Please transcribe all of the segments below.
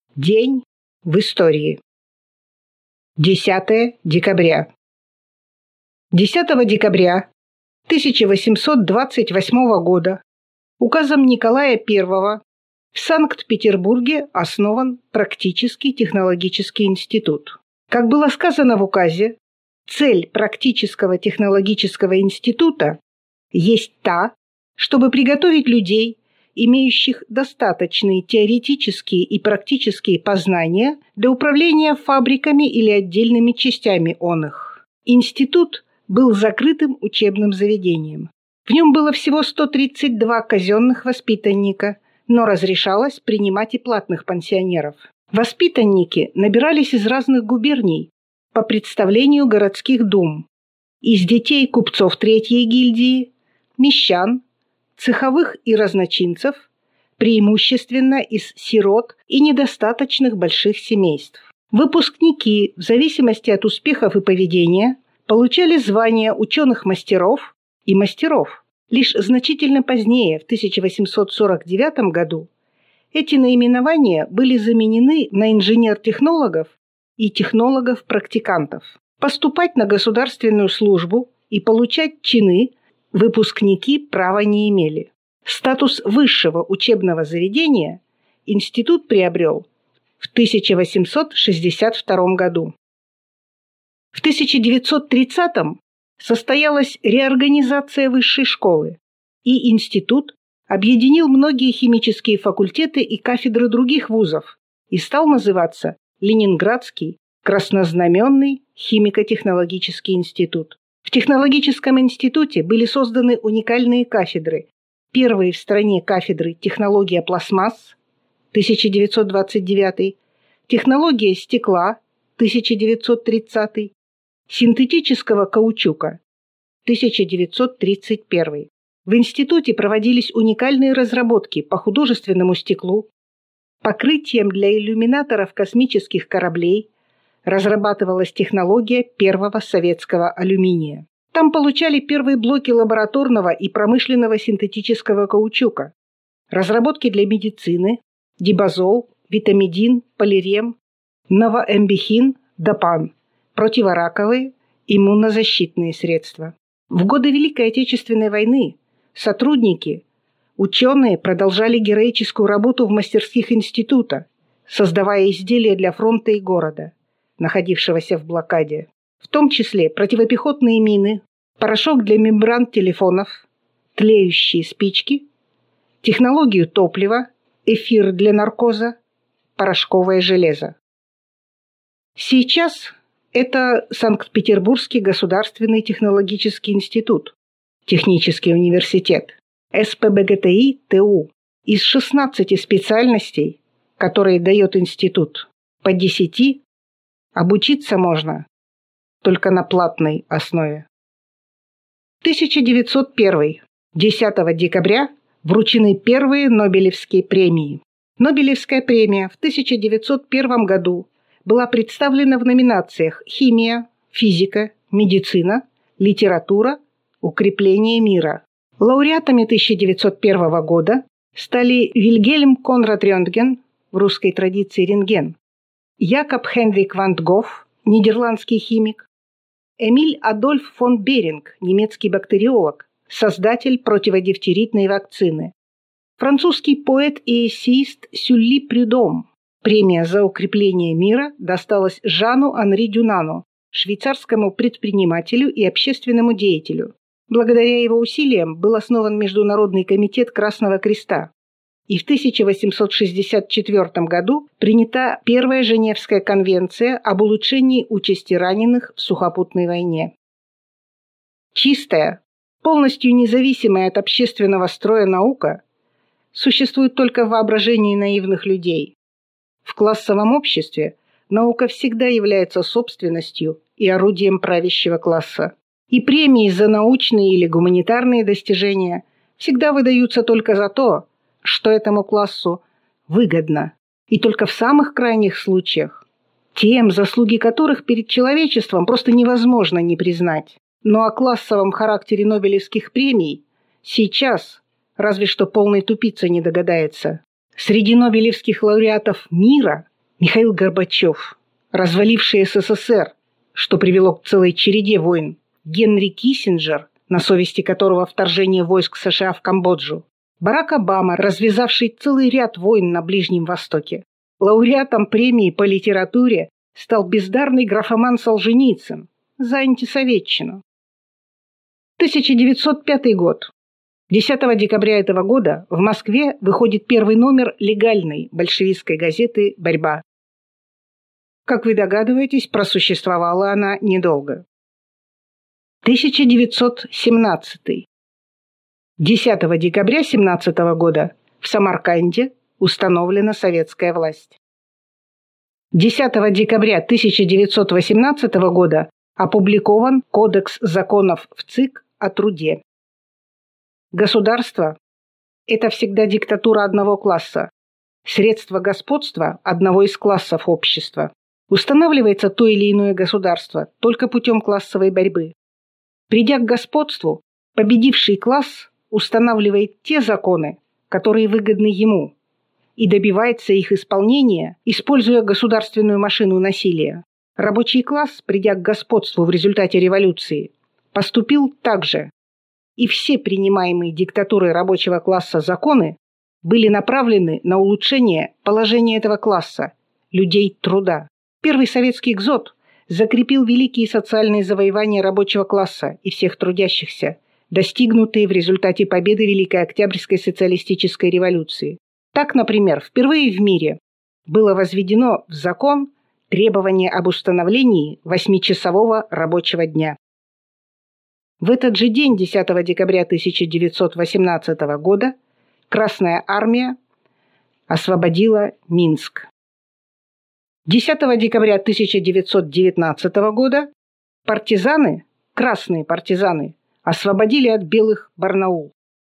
День в истории. 10 декабря. 10 декабря 1828 года указом Николая I в Санкт-Петербурге основан Практический технологический институт. Как было сказано в указе, цель Практического технологического института есть та, чтобы приготовить людей, имеющих достаточные теоретические и практические познания для управления фабриками или отдельными частями оных. Институт был закрытым учебным заведением. В нем было всего 132 казенных воспитанника, но разрешалось принимать и платных пансионеров. Воспитанники набирались из разных губерний по представлению городских дум, из детей купцов третьей гильдии, мещан, цеховых и разночинцев, преимущественно из сирот и недостаточных больших семейств. Выпускники, в зависимости от успехов и поведения, получали звания ученых-мастеров и мастеров. Лишь значительно позднее, в 1849 году, эти наименования были заменены на инженер-технологов и технологов-практикантов. Поступать на государственную службу и получать чины выпускники права не имели. Статус высшего учебного заведения институт приобрел в 1862 году. В 1930-м состоялась реорганизация высшей школы, и институт объединил многие химические факультеты и кафедры других вузов и стал называться Ленинградский краснознаменный химико-технологический институт. В технологическом институте были созданы уникальные кафедры. Первые в стране кафедры «Технология пластмасс» 1929, «Технология стекла» 1930, «Синтетического каучука» 1931. В институте проводились уникальные разработки по художественному стеклу, покрытиям для иллюминаторов космических кораблей, разрабатывалась технология первого советского алюминия. Там получали первые блоки лабораторного и промышленного синтетического каучука, разработки для медицины, дибазол, витамидин, полирем, новоэмбихин, допан, противораковые, иммунозащитные средства. В годы Великой Отечественной войны сотрудники, ученые продолжали героическую работу в мастерских института, создавая изделия для фронта и города, находившегося в блокаде, в том числе противопехотные мины, порошок для мембран телефонов, тлеющие спички, технологию топлива, эфир для наркоза, порошковое железо. Сейчас это Санкт-Петербургский государственный технологический институт, технический университет, СПбГТИ-ТУ. Из 16 специальностей, которые дает институт, по 10 обучиться можно только на платной основе. 1901. 10 декабря вручены первые Нобелевские премии. Нобелевская премия в 1901 году была представлена в номинациях «Химия», «Физика», «Медицина», «Литература», «Укрепление мира». Лауреатами 1901 года стали Вильгельм Конрад Рентген, в русской традиции рентген, Якоб Хенрик ван Гоф, нидерландский химик, Эмиль Адольф фон Беринг, немецкий бактериолог, создатель противодифтеритной вакцины, французский поэт и эссеист Сюлли Прюдом. Премия за укрепление мира досталась Жану Анри Дюнану, швейцарскому предпринимателю и общественному деятелю. Благодаря его усилиям был основан Международный комитет Красного Креста, и в 1864 году принята Первая Женевская конвенция об улучшении участи раненых в сухопутной войне. Чистая, полностью независимая от общественного строя наука существует только в воображении наивных людей. В классовом обществе наука всегда является собственностью и орудием правящего класса. И премии за научные или гуманитарные достижения всегда выдаются только за то, что этому классу выгодно, и только в самых крайних случаях, тем, заслуги которых перед человечеством просто невозможно не признать. Но о классовом характере Нобелевских премий сейчас разве что полный тупица не догадается. Среди нобелевских лауреатов мира Михаил Горбачев, разваливший СССР, что привело к целой череде войн, Генри Киссинджер, на совести которого вторжение войск США в Камбоджу, Барак Обама, развязавший целый ряд войн на Ближнем Востоке. Лауреатом премии по литературе стал бездарный графоман Солженицын за антисоветчину. 1905 год. 10 декабря этого года в Москве выходит первый номер легальной большевистской газеты «Борьба». Как вы догадываетесь, просуществовала она недолго. 1917. 10 декабря 1917 года в Самарканде установлена советская власть. 10 декабря 1918 года опубликован Кодекс законов в ЦИК о труде. Государство – это всегда диктатура одного класса, средство господства одного из классов общества. Устанавливается то или иное государство только путем классовой борьбы. Придя к господству, победивший класс устанавливает те законы, которые выгодны ему, и добивается их исполнения, используя государственную машину насилия. Рабочий класс, придя к господству в результате революции, поступил так же, и все принимаемые диктатурой рабочего класса законы были направлены на улучшение положения этого класса, людей труда. Первый советский экзот закрепил великие социальные завоевания рабочего класса и всех трудящихся, достигнутые в результате победы Великой Октябрьской социалистической революции. Так, например, впервые в мире было возведено в закон требование об установлении 8-часового рабочего дня. В этот же день, 10 декабря 1918 года, Красная армия освободила Минск. 10 декабря 1919 года партизаны, красные партизаны, освободили от белых Барнаул.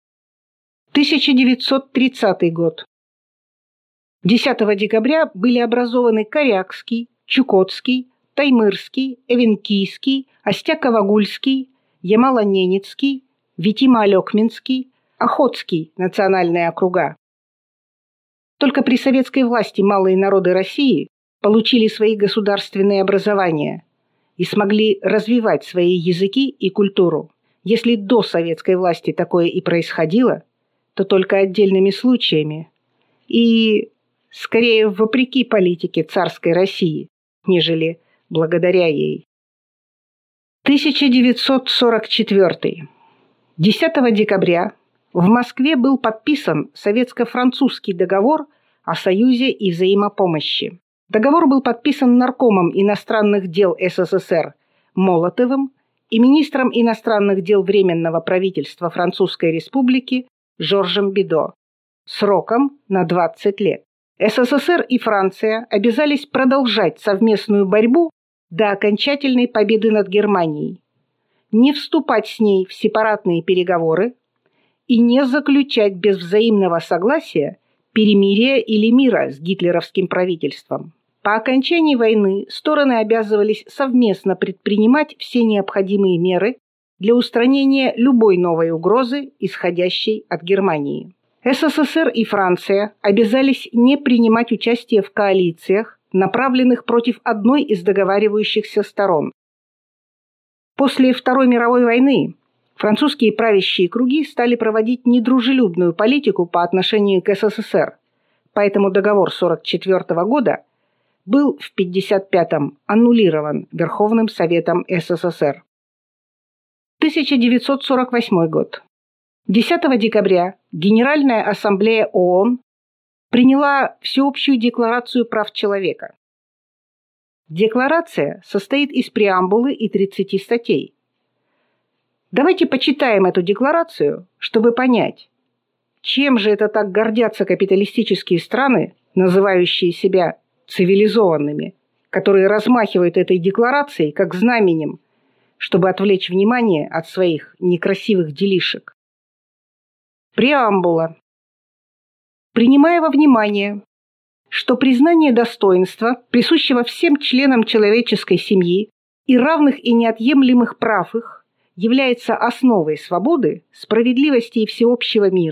1930 год. 10 декабря были образованы Корякский, Чукотский, Таймырский, Эвенкийский, Остяково-Гульский, Ямало-Ненецкий, Витимо-Алекминский, Охотский национальные округа. Только при советской власти малые народы России получили свои государственные образования и смогли развивать свои языки и культуру. Если до советской власти такое и происходило, то только отдельными случаями и, скорее, вопреки политике царской России, нежели благодаря ей. 1944. 10 декабря в Москве был подписан советско-французский договор о союзе и взаимопомощи. Договор был подписан наркомом иностранных дел СССР Молотовым и министром иностранных дел Временного правительства Французской Республики Жоржем Бидо сроком на 20 лет. СССР и Франция обязались продолжать совместную борьбу до окончательной победы над Германией, не вступать с ней в сепаратные переговоры и не заключать без взаимного согласия перемирия или мира с гитлеровским правительством. По окончании войны стороны обязывались совместно предпринимать все необходимые меры для устранения любой новой угрозы, исходящей от Германии. СССР и Франция обязались не принимать участие в коалициях, направленных против одной из договаривающихся сторон. После Второй мировой войны французские правящие круги стали проводить недружелюбную политику по отношению к СССР, поэтому договор 1944 года был в 1955-м аннулирован Верховным Советом СССР. 1948 год. 10 декабря Генеральная Ассамблея ООН приняла Всеобщую декларацию прав человека. Декларация состоит из преамбулы и 30 статей. Давайте почитаем эту декларацию, чтобы понять, чем же это так гордятся капиталистические страны, называющие себя цивилизованными, которые размахивают этой декларацией как знаменем, чтобы отвлечь внимание от своих некрасивых делишек. Преамбула. Принимая во внимание, что признание достоинства, присущего всем членам человеческой семьи и равных и неотъемлемых прав их, является основой свободы, справедливости и всеобщего мира,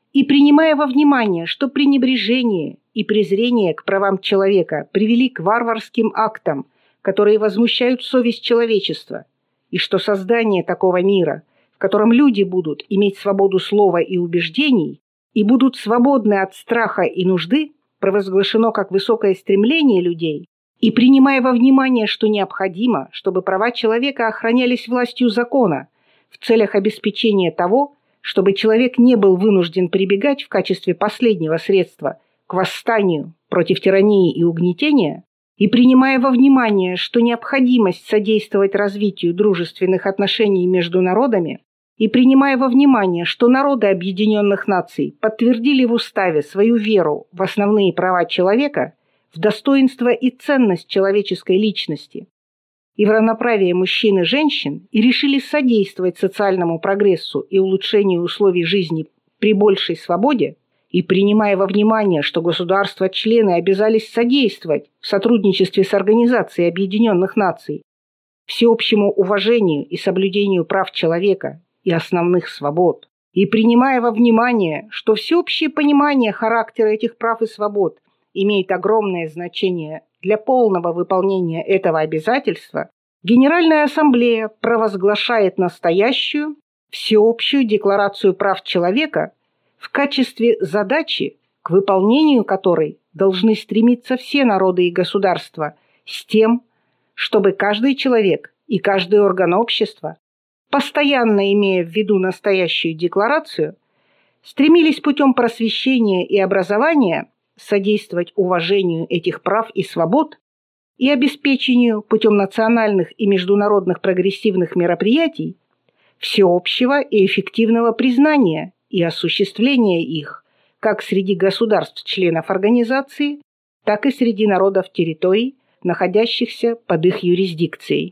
И принимая во внимание, что пренебрежение и презрение к правам человека привели к варварским актам, которые возмущают совесть человечества, и что создание такого мира, в котором люди будут иметь свободу слова и убеждений и будут свободны от страха и нужды, провозглашено как высокое стремление людей, и принимая во внимание, что необходимо, чтобы права человека охранялись властью закона в целях обеспечения того, чтобы человек не был вынужден прибегать в качестве последнего средства к восстанию против тирании и угнетения, и принимая во внимание, что необходимость содействовать развитию дружественных отношений между народами, и принимая во внимание, что народы Объединенных Наций подтвердили в Уставе свою веру в основные права человека, в достоинство и ценность человеческой личности, и в равноправие мужчин и женщин, и решили содействовать социальному прогрессу и улучшению условий жизни при большей свободе, и принимая во внимание, что государства-члены обязались содействовать в сотрудничестве с Организацией Объединенных Наций всеобщему уважению и соблюдению прав человека и основных свобод, и принимая во внимание, что всеобщее понимание характера этих прав и свобод имеет огромное значение для полного выполнения этого обязательства, Генеральная Ассамблея провозглашает настоящую Всеобщую декларацию прав человека в качестве задачи, к выполнению которой должны стремиться все народы и государства, с тем, чтобы каждый человек и каждый орган общества, постоянно имея в виду настоящую декларацию, стремились путем просвещения и образования содействовать уважению этих прав и свобод и обеспечению путем национальных и международных прогрессивных мероприятий всеобщего и эффективного признания и осуществления их как среди государств-членов организации, так и среди народов территорий, находящихся под их юрисдикцией.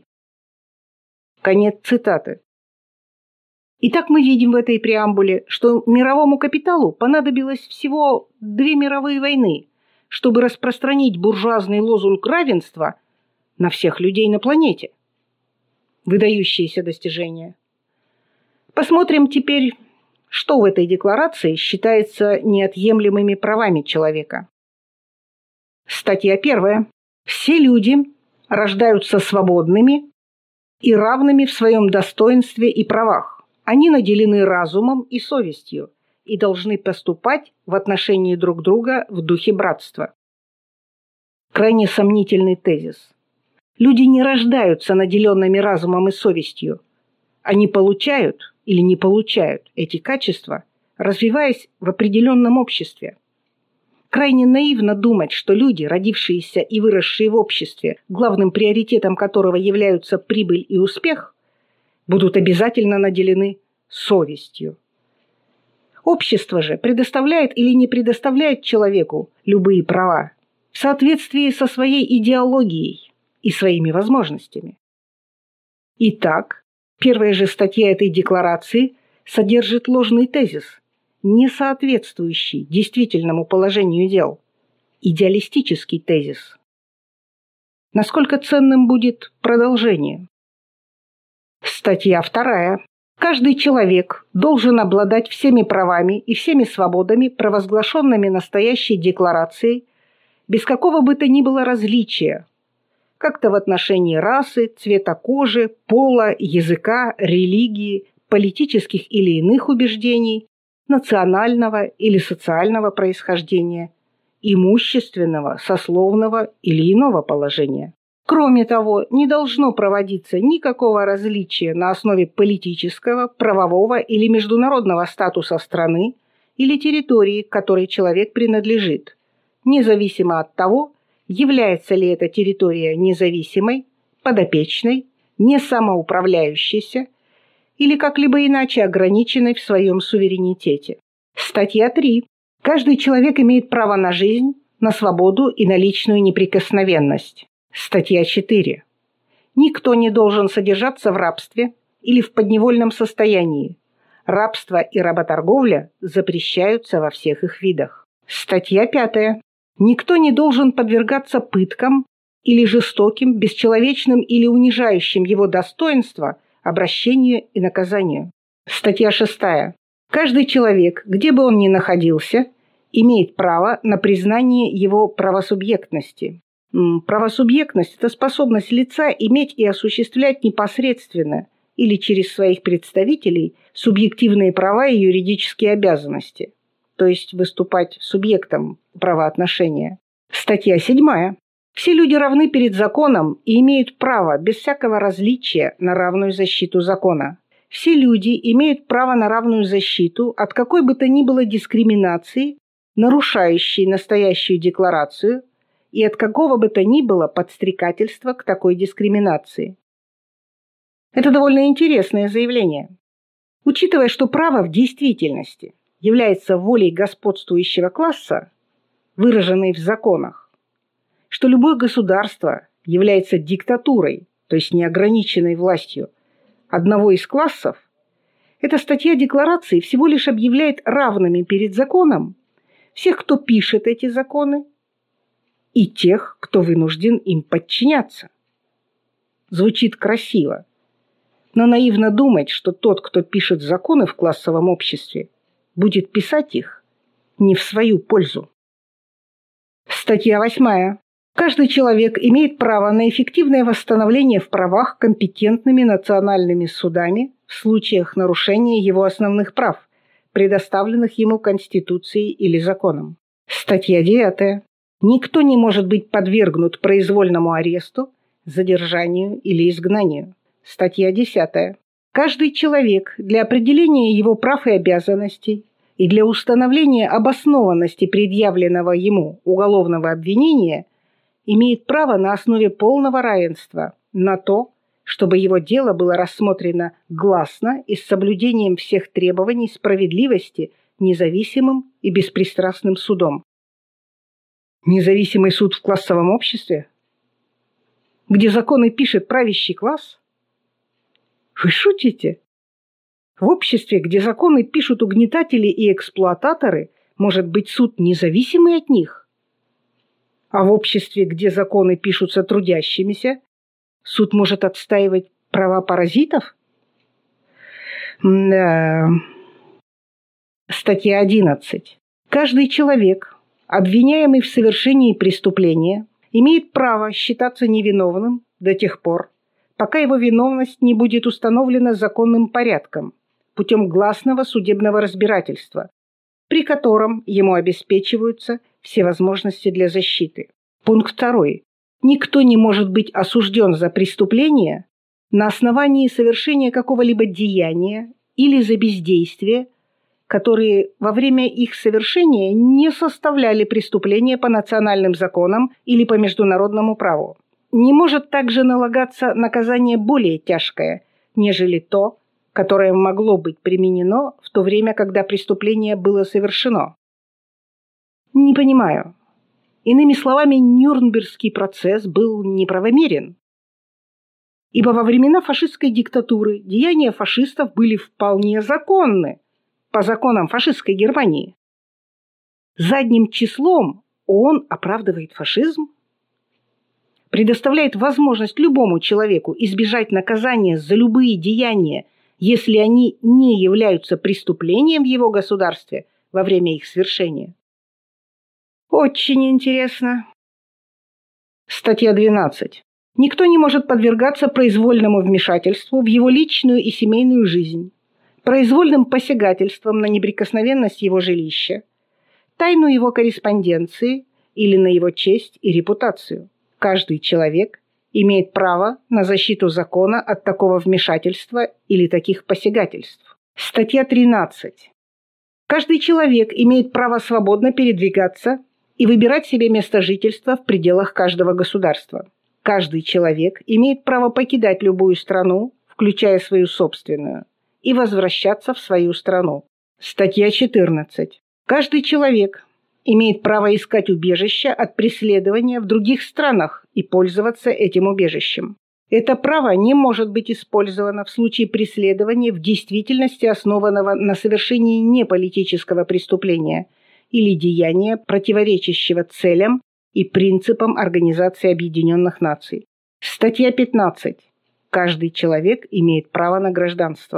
Конец цитаты. Итак, мы видим в этой преамбуле, что мировому капиталу понадобилось всего 2 мировые войны, чтобы распространить буржуазный лозунг равенства на всех людей на планете. Выдающиеся достижения. Посмотрим теперь, что в этой декларации считается неотъемлемыми правами человека. Статья 1. Все люди рождаются свободными и равными в своем достоинстве и правах. Они наделены разумом и совестью и должны поступать в отношении друг друга в духе братства. Крайне сомнительный тезис. Люди не рождаются наделенными разумом и совестью. Они получают или не получают эти качества, развиваясь в определенном обществе. Крайне наивно думать, что люди, родившиеся и выросшие в обществе, главным приоритетом которого являются прибыль и успех, будут обязательно наделены совестью. Общество же предоставляет или не предоставляет человеку любые права в соответствии со своей идеологией и своими возможностями. Итак, первая же статья этой декларации содержит ложный тезис, не соответствующий действительному положению дел, идеалистический тезис. Насколько ценным будет продолжение? Статья 2. Каждый человек должен обладать всеми правами и всеми свободами, провозглашенными настоящей декларацией, без какого бы то ни было различия, как-то в отношении расы, цвета кожи, пола, языка, религии, политических или иных убеждений, национального или социального происхождения, имущественного, сословного или иного положения. Кроме того, не должно проводиться никакого различия на основе политического, правового или международного статуса страны или территории, к которой человек принадлежит, независимо от того, является ли эта территория независимой, подопечной, не самоуправляющейся или как-либо иначе ограниченной в своем суверенитете. Статья 3. Каждый человек имеет право на жизнь, на свободу и на личную неприкосновенность. Статья 4. Никто не должен содержаться в рабстве или в подневольном состоянии. Рабство и работорговля запрещаются во всех их видах. Статья 5. Никто не должен подвергаться пыткам или жестоким, бесчеловечным или унижающим его достоинство обращению и наказанию. Статья 6. Каждый человек, где бы он ни находился, имеет право на признание его правосубъектности. Правосубъектность – это способность лица иметь и осуществлять непосредственно или через своих представителей субъективные права и юридические обязанности, то есть выступать субъектом правоотношения. Статья 7. Все люди равны перед законом и имеют право без всякого различия на равную защиту закона. Все люди имеют право на равную защиту от какой бы то ни было дискриминации, нарушающей настоящую декларацию, и от какого бы то ни было подстрекательства к такой дискриминации. Это довольно интересное заявление. Учитывая, что право в действительности является волей господствующего класса, выраженной в законах, что любое государство является диктатурой, то есть неограниченной властью одного из классов, эта статья Декларации всего лишь объявляет равными перед законом всех, кто пишет эти законы, и тех, кто вынужден им подчиняться. Звучит красиво, но наивно думать, что тот, кто пишет законы в классовом обществе, будет писать их не в свою пользу. Статья 8. Каждый человек имеет право на эффективное восстановление в правах компетентными национальными судами в случаях нарушения его основных прав, предоставленных ему Конституцией или законом. Статья 9. Никто не может быть подвергнут произвольному аресту, задержанию или изгнанию. Статья 10. Каждый человек для определения его прав и обязанностей и для установления обоснованности предъявленного ему уголовного обвинения имеет право на основе полного равенства на то, чтобы его дело было рассмотрено гласно и с соблюдением всех требований справедливости независимым и беспристрастным судом. Независимый суд в классовом обществе? Где законы пишет правящий класс? Вы шутите? В обществе, где законы пишут угнетатели и эксплуататоры, может быть суд независимый от них? А в обществе, где законы пишутся трудящимися, суд может отстаивать права паразитов? Да. Статья 11. Каждый человек, обвиняемый в совершении преступления, имеет право считаться невиновным до тех пор, пока его виновность не будет установлена законным порядком, путем гласного судебного разбирательства, при котором ему обеспечиваются все возможности для защиты. Пункт 2. Никто не может быть осужден за преступление на основании совершения какого-либо деяния или за бездействие, которые во время их совершения не составляли преступления по национальным законам или по международному праву. Не может также налагаться наказание более тяжкое, нежели то, которое могло быть применено в то время, когда преступление было совершено. Не понимаю. Иными словами, Нюрнбергский процесс был неправомерен. Ибо во времена фашистской диктатуры деяния фашистов были вполне законны по законам фашистской Германии. Задним числом ООН оправдывает фашизм? Предоставляет возможность любому человеку избежать наказания за любые деяния, если они не являются преступлением в его государстве во время их совершения. Очень интересно. Статья 12. Никто не может подвергаться произвольному вмешательству в его личную и семейную жизнь, произвольным посягательством на неприкосновенность его жилища, тайну его корреспонденции или на его честь и репутацию. Каждый человек имеет право на защиту закона от такого вмешательства или таких посягательств. Статья 13. Каждый человек имеет право свободно передвигаться и выбирать себе место жительства в пределах каждого государства. Каждый человек имеет право покидать любую страну, включая свою собственную, и возвращаться в свою страну. Статья 14. Каждый человек имеет право искать убежище от преследования в других странах и пользоваться этим убежищем. Это право не может быть использовано в случае преследования в действительности основанного на совершении неполитического преступления или деяния, противоречащего целям и принципам Организации Объединенных Наций. Статья 15. Каждый человек имеет право на гражданство.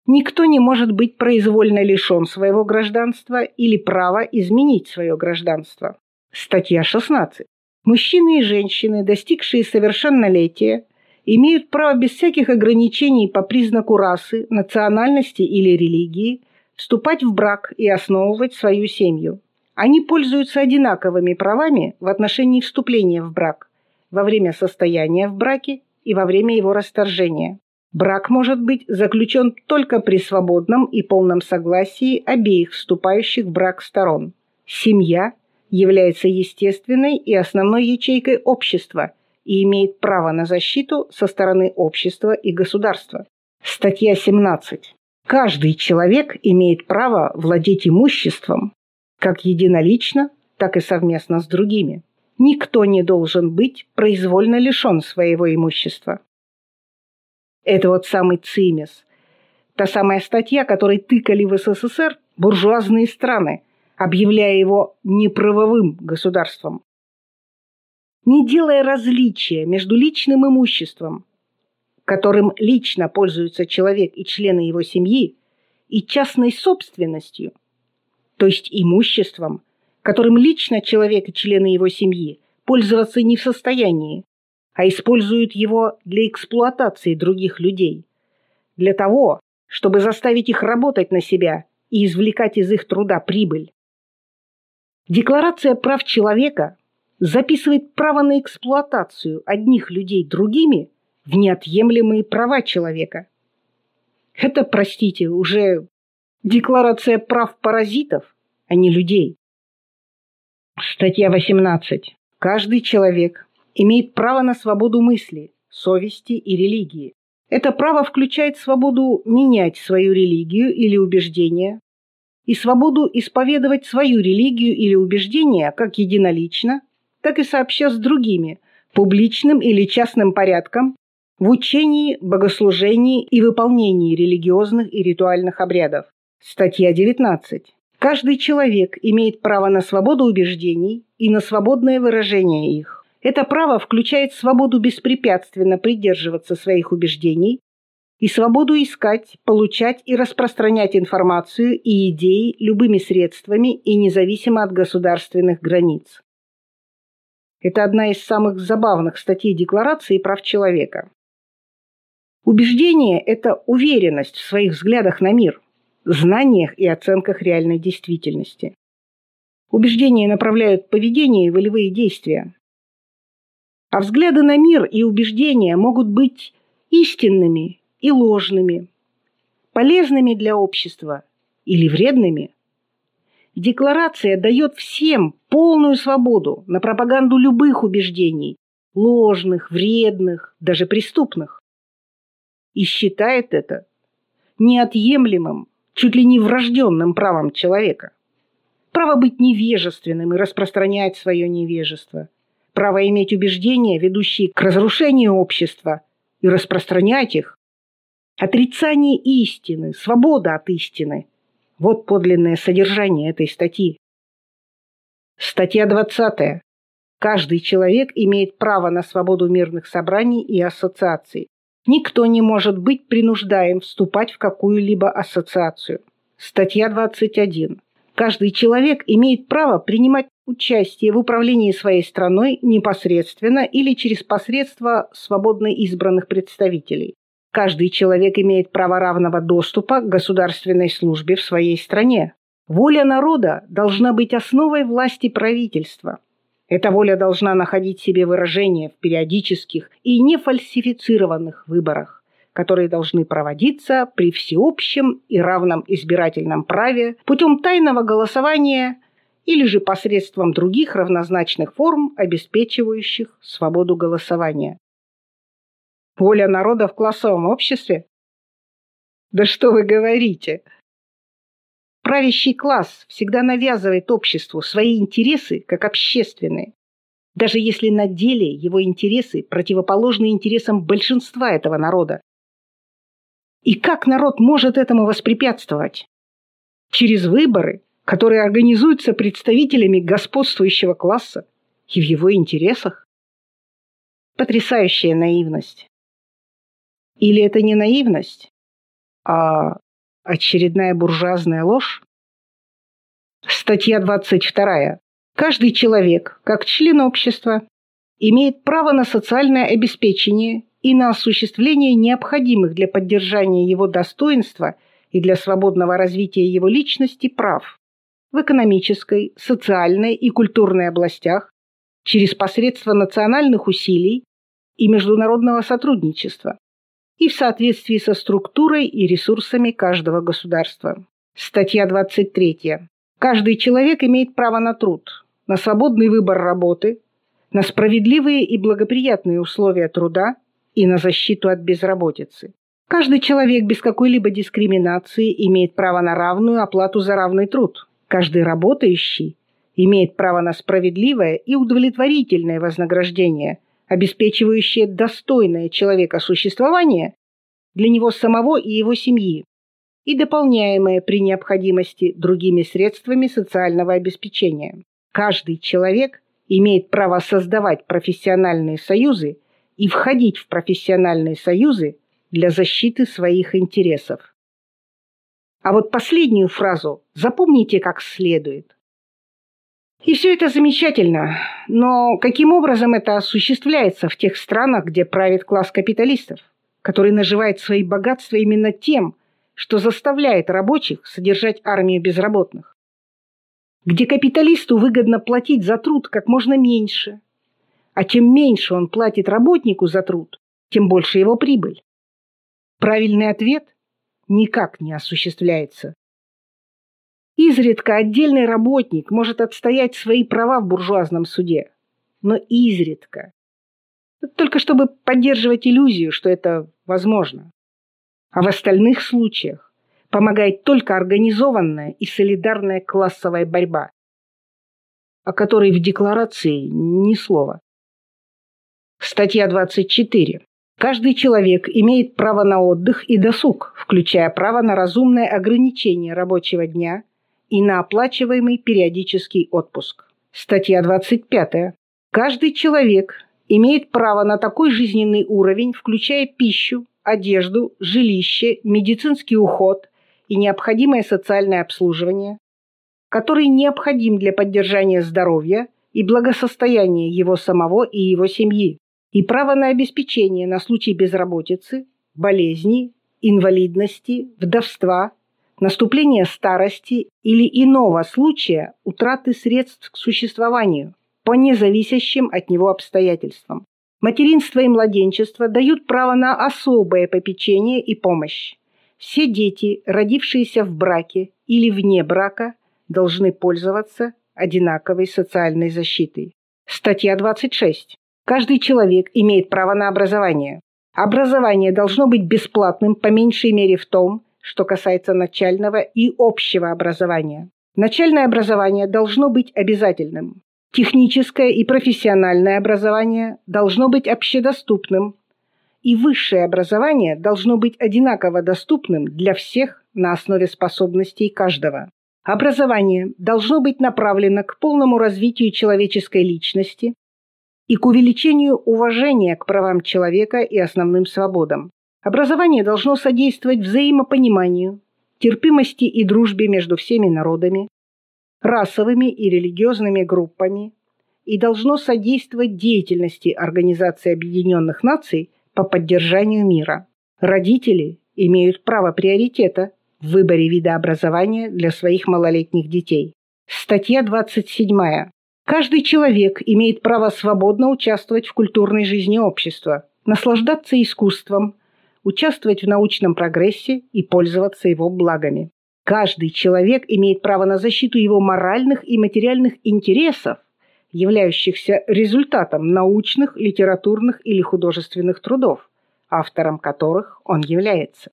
Никто не может быть произвольно лишен своего гражданства или права изменить свое гражданство. Статья 16. Мужчины и женщины, достигшие совершеннолетия, имеют право без всяких ограничений по признаку расы, национальности или религии вступать в брак и основывать свою семью. Они пользуются одинаковыми правами в отношении вступления в брак, во время состояния в браке и во время его расторжения. Брак может быть заключен только при свободном и полном согласии обеих вступающих в брак сторон. Семья является естественной и основной ячейкой общества и имеет право на защиту со стороны общества и государства. Статья 17. Каждый человек имеет право владеть имуществом, как единолично, так и совместно с другими. Никто не должен быть произвольно лишен своего имущества. Это вот самый цимес. Та самая статья, которой тыкали в СССР буржуазные страны, объявляя его неправовым государством. Не делая различия между личным имуществом, которым лично пользуется человек и члены его семьи, и частной собственностью, то есть имуществом, которым лично человек и члены его семьи пользоваться не в состоянии, а используют его для эксплуатации других людей, для того, чтобы заставить их работать на себя и извлекать из их труда прибыль. Декларация прав человека записывает право на эксплуатацию одних людей другими в неотъемлемые права человека. Это, простите, уже декларация прав паразитов, а не людей. Статья 18. Каждый человек имеет право на свободу мысли, совести и религии. Это право включает свободу менять свою религию или убеждения и свободу исповедовать свою религию или убеждения как единолично, так и сообща с другими, публичным или частным порядком, в учении, богослужении и выполнении религиозных и ритуальных обрядов. Статья 19. Каждый человек имеет право на свободу убеждений и на свободное выражение их. Это право включает свободу беспрепятственно придерживаться своих убеждений и свободу искать, получать и распространять информацию и идеи любыми средствами и независимо от государственных границ. Это одна из самых забавных статей Декларации прав человека. Убеждение – это уверенность в своих взглядах на мир, знаниях и оценках реальной действительности. Убеждения направляют поведение и волевые действия. А взгляды на мир и убеждения могут быть истинными и ложными, полезными для общества или вредными. Декларация дает всем полную свободу на пропаганду любых убеждений, ложных, вредных, даже преступных. И считает это неотъемлемым, чуть ли не врожденным правом человека. Право быть невежественным и распространять свое невежество. Право иметь убеждения, ведущие к разрушению общества, и распространять их. Отрицание истины, свобода от истины. Вот подлинное содержание этой статьи. Статья 20. Каждый человек имеет право на свободу мирных собраний и ассоциаций. Никто не может быть принуждаем вступать в какую-либо ассоциацию. Статья 21. Каждый человек имеет право принимать участие в управлении своей страной непосредственно или через посредство свободно избранных представителей. Каждый человек имеет право равного доступа к государственной службе в своей стране. Воля народа должна быть основой власти правительства. Эта воля должна находить себе выражение в периодических и нефальсифицированных выборах, которые должны проводиться при всеобщем и равном избирательном праве путем тайного голосования или же посредством других равнозначных форм, обеспечивающих свободу голосования. Воля народа в классовом обществе? Да что вы говорите? Правящий класс всегда навязывает обществу свои интересы как общественные, даже если на деле его интересы противоположны интересам большинства этого народа. И как народ может этому воспрепятствовать? Через выборы, которые организуются представителями господствующего класса и в его интересах? Потрясающая наивность. Или это не наивность, а Очередная буржуазная ложь? Статья 22. Каждый человек, как член общества, имеет право на социальное обеспечение и на осуществление необходимых для поддержания его достоинства и для свободного развития его личности прав в экономической, социальной и культурной областях через посредство национальных усилий и международного сотрудничества и в соответствии со структурой и ресурсами каждого государства. Статья 23. Каждый человек имеет право на труд, на свободный выбор работы, на справедливые и благоприятные условия труда и на защиту от безработицы. Каждый человек без какой-либо дискриминации имеет право на равную оплату за равный труд. Каждый работающий имеет право на справедливое и удовлетворительное вознаграждение, обеспечивающее достойное человека существование для него самого и его семьи, и дополняемое при необходимости другими средствами социального обеспечения. Каждый человек имеет право создавать профессиональные союзы и входить в профессиональные союзы для защиты своих интересов. А вот последнюю фразу запомните как следует. И все это замечательно, но каким образом это осуществляется в тех странах, где правит класс капиталистов, который наживает свои богатства именно тем, что заставляет рабочих содержать армию безработных? Где капиталисту выгодно платить за труд как можно меньше, а чем меньше он платит работнику за труд, тем больше его прибыль. Правильный ответ – никак не осуществляется. Изредка отдельный работник может отстоять свои права в буржуазном суде, но изредка. Только чтобы поддерживать иллюзию, что это возможно. А в остальных случаях помогает только организованная и солидарная классовая борьба, о которой в декларации ни слова. Статья 24. Каждый человек имеет право на отдых и досуг, включая право на разумное ограничение рабочего дня и на оплачиваемый периодический отпуск. Статья 25. Каждый человек имеет право на такой жизненный уровень, включая пищу, одежду, жилище, медицинский уход и необходимое социальное обслуживание, который необходим для поддержания здоровья и благосостояния его самого и его семьи, и право на обеспечение на случай безработицы, болезни, инвалидности, вдовства, наступления старости или иного случая утраты средств к существованию по независящим от него обстоятельствам. Материнство и младенчество дают право на особое попечение и помощь. Все дети, родившиеся в браке или вне брака, должны пользоваться одинаковой социальной защитой. Статья 26. Каждый человек имеет право на образование. Образование должно быть бесплатным по меньшей мере в том, что касается начального и общего образования. Начальное образование должно быть обязательным. Техническое и профессиональное образование должно быть общедоступным. И высшее образование должно быть одинаково доступным для всех на основе способностей каждого. Образование должно быть направлено к полному развитию человеческой личности и к увеличению уважения к правам человека и основным свободам. Образование должно содействовать взаимопониманию, терпимости и дружбе между всеми народами, расовыми и религиозными группами и должно содействовать деятельности Организации Объединенных Наций по поддержанию мира. Родители имеют право приоритета в выборе вида образования для своих малолетних детей. Статья 27. Каждый человек имеет право свободно участвовать в культурной жизни общества, наслаждаться искусством, участвовать в научном прогрессе и пользоваться его благами. Каждый человек имеет право на защиту его моральных и материальных интересов, являющихся результатом научных, литературных или художественных трудов, автором которых он является.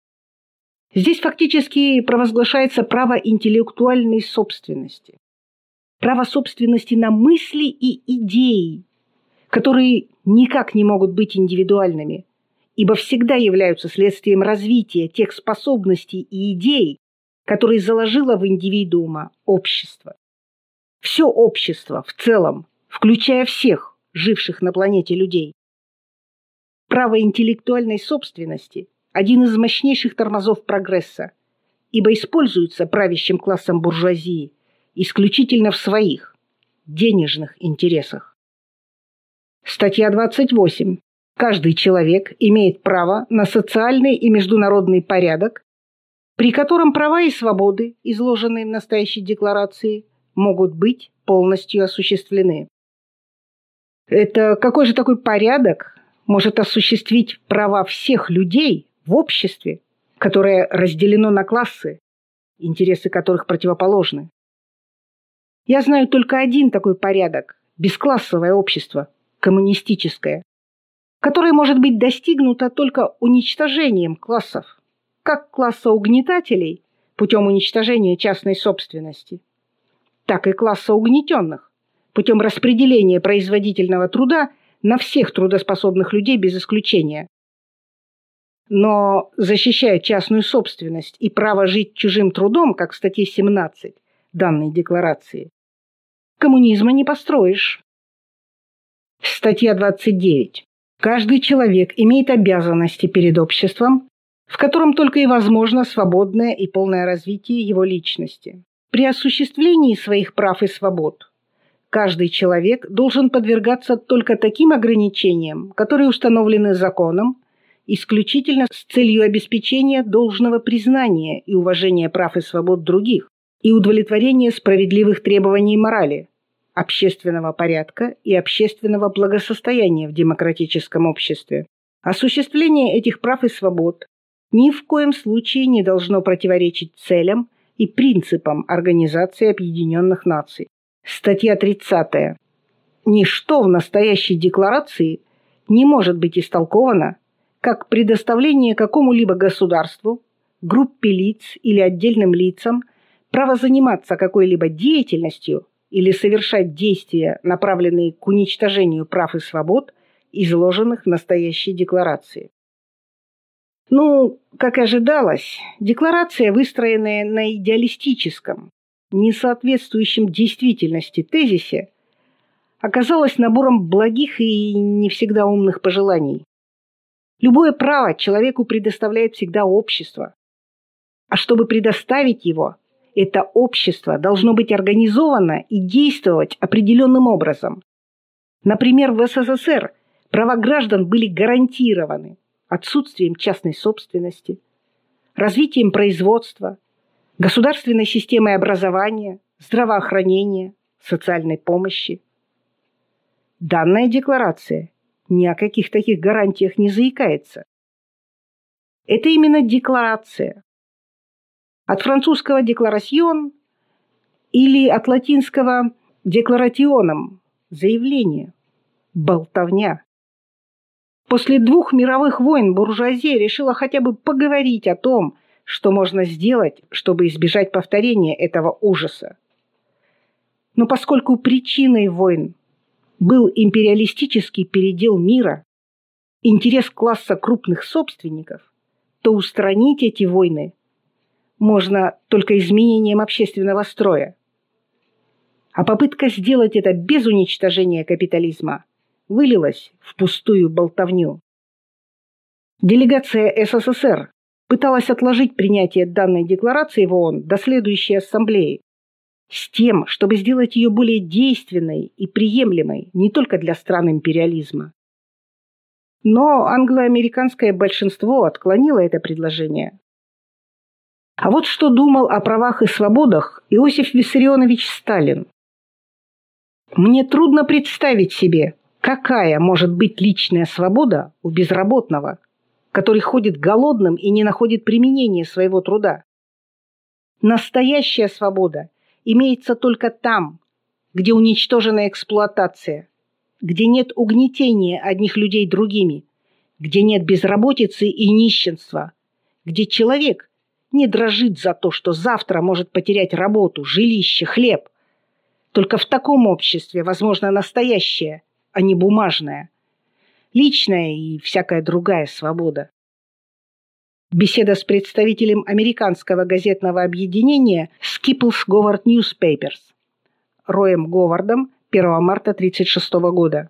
Здесь фактически провозглашается право интеллектуальной собственности, право собственности на мысли и идеи, которые никак не могут быть индивидуальными, ибо всегда являются следствием развития тех способностей и идей, которые заложило в индивидуума общество. Все общество в целом, включая всех живших на планете людей. Право интеллектуальной собственности – один из мощнейших тормозов прогресса, ибо используются правящим классом буржуазии исключительно в своих денежных интересах. Статья 28. Каждый человек имеет право на социальный и международный порядок, при котором права и свободы, изложенные в настоящей декларации, могут быть полностью осуществлены. Это какой же такой порядок может осуществить права всех людей в обществе, которое разделено на классы, интересы которых противоположны? Я знаю только один такой порядок – бесклассовое общество, коммунистическое, которое может быть достигнуто только уничтожением классов, как класса угнетателей путем уничтожения частной собственности, так и класса угнетенных путем распределения производительного труда на всех трудоспособных людей без исключения. Но защищая частную собственность и право жить чужим трудом, как в статье 17 данной декларации, коммунизма не построишь. Статья 29. Каждый человек имеет обязанности перед обществом, в котором только и возможно свободное и полное развитие его личности. При осуществлении своих прав и свобод каждый человек должен подвергаться только таким ограничениям, которые установлены законом, исключительно с целью обеспечения должного признания и уважения прав и свобод других и удовлетворения справедливых требований морали, общественного порядка и общественного благосостояния в демократическом обществе. Осуществление этих прав и свобод ни в коем случае не должно противоречить целям и принципам Организации Объединенных Наций. Статья 30. Ничто в настоящей декларации не может быть истолковано как предоставление какому-либо государству, группе лиц или отдельным лицам право заниматься какой-либо деятельностью или совершать действия, направленные к уничтожению прав и свобод, изложенных в настоящей декларации. Как и ожидалось, декларация, выстроенная на идеалистическом, не соответствующем действительности тезисе, оказалась набором благих и не всегда умных пожеланий. Любое право человеку предоставляет всегда общество. А чтобы предоставить его, это общество должно быть организовано и действовать определенным образом. Например, в СССР права граждан были гарантированы отсутствием частной собственности, развитием производства, государственной системой образования, здравоохранения, социальной помощи. Данная декларация ни о каких таких гарантиях не заикается. Это именно декларация. От французского «декларасьон» или от латинского «декларатионом» – заявление, болтовня. После 2 мировых войн буржуазия решила хотя бы поговорить о том, что можно сделать, чтобы избежать повторения этого ужаса. Но поскольку причиной войн был империалистический передел мира, интерес класса крупных собственников, то устранить эти войны можно только изменением общественного строя. А попытка сделать это без уничтожения капитализма вылилась в пустую болтовню. Делегация СССР пыталась отложить принятие данной декларации в ООН до следующей ассамблеи, с тем, чтобы сделать ее более действенной и приемлемой не только для стран империализма. Но англо-американское большинство отклонило это предложение. А вот что думал о правах и свободах Иосиф Виссарионович Сталин. «Мне трудно представить себе, какая может быть личная свобода у безработного, который ходит голодным и не находит применения своего труда. Настоящая свобода имеется только там, где уничтожена эксплуатация, где нет угнетения одних людей другими, где нет безработицы и нищенства, где человек не дрожит за то, что завтра может потерять работу, жилище, хлеб. Только в таком обществе возможно настоящее, а не бумажное, личная и всякая другая свобода». Беседа с представителем американского газетного объединения Skiples Говард Newspapers Роем Говардом 1 марта 1936 года.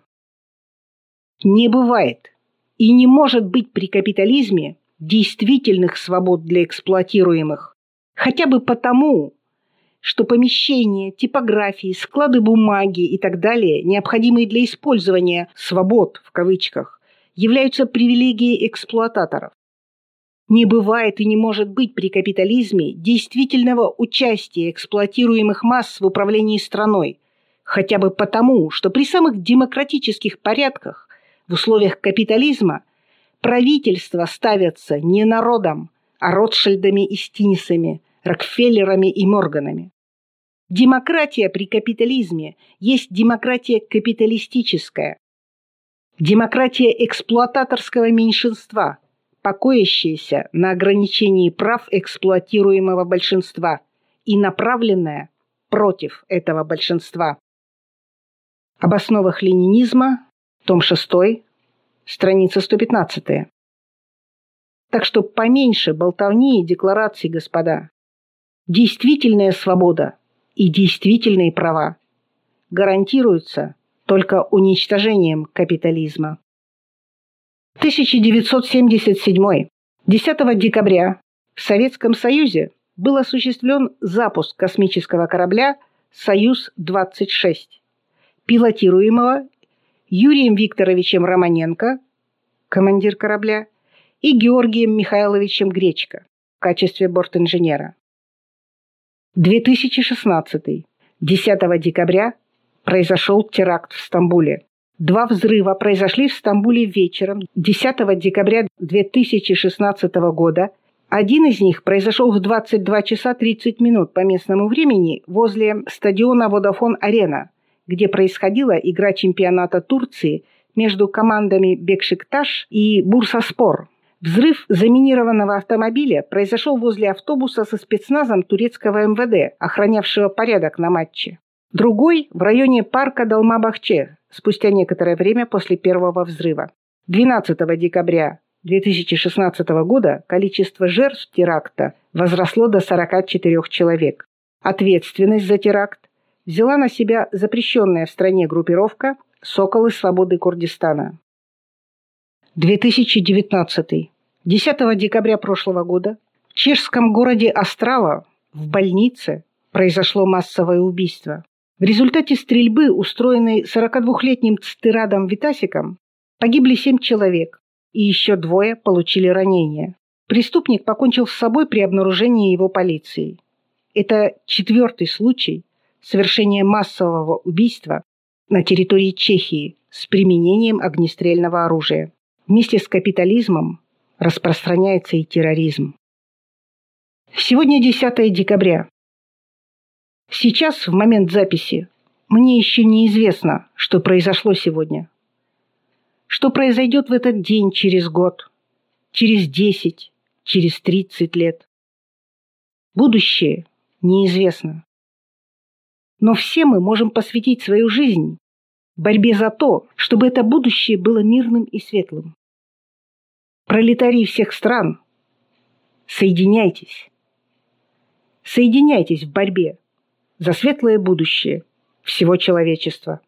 «Не бывает и не может быть при капитализме действительных свобод для эксплуатируемых, Хотя бы потому, что помещения, типографии, склады бумаги и так далее, необходимые для использования «свобод» в кавычках, являются привилегией эксплуататоров. Не бывает и не может быть при капитализме действительного участия эксплуатируемых масс в управлении страной, хотя бы потому, что при самых демократических порядках в условиях капитализма правительства ставятся не народом, а Ротшильдами и Стинисами, Рокфеллерами и Морганами. Демократия при капитализме есть демократия капиталистическая, демократия эксплуататорского меньшинства, покоящаяся на ограничении прав эксплуатируемого большинства и направленная против этого большинства. Об основах ленинизма, том 6, страница 115. Так что поменьше болтовни и деклараций, господа. Действительная свобода и действительные права гарантируются только уничтожением капитализма. 1977. 10 декабря в Советском Союзе был осуществлен запуск космического корабля «Союз-26», пилотируемого Юрием Викторовичем Романенко, командир корабля, и Георгием Михайловичем Гречко в качестве бортинженера. 2016. 10 декабря произошел теракт в Стамбуле. 2 взрыва произошли в Стамбуле вечером 10 декабря 2016 года. Один из них произошел в 22 часа 30 минут по местному времени возле стадиона Водафон-Арена, где происходила игра чемпионата Турции между командами Бекшикташ и Бурсаспор. Взрыв заминированного автомобиля произошел возле автобуса со спецназом турецкого МВД, охранявшего порядок на матче. Другой – в районе парка Долма-Бахче, спустя некоторое время после первого взрыва. 12 декабря 2016 года количество жертв теракта возросло до 44 человек. Ответственность за теракт взяла на себя запрещенная в стране группировка «Соколы свободы Курдистана». 2019. 10 декабря прошлого года в чешском городе Острава в больнице произошло массовое убийство. В результате стрельбы, устроенной 42-летним Цтырадом Витасиком, погибли 7 человек, и еще 2 получили ранения. Преступник покончил с собой при обнаружении его полицией. Это 4-й случай совершения массового убийства на территории Чехии с применением огнестрельного оружия. Вместе с капитализмом распространяется и терроризм. Сегодня 10 декабря. Сейчас, в момент записи, мне еще неизвестно, что произошло сегодня. Что произойдет в этот день через год, через 10, через 30 лет. Будущее неизвестно. Но все мы можем посвятить свою жизнь борьбе за то, чтобы это будущее было мирным и светлым. Пролетарии всех стран, соединяйтесь. Соединяйтесь в борьбе за светлое будущее всего человечества.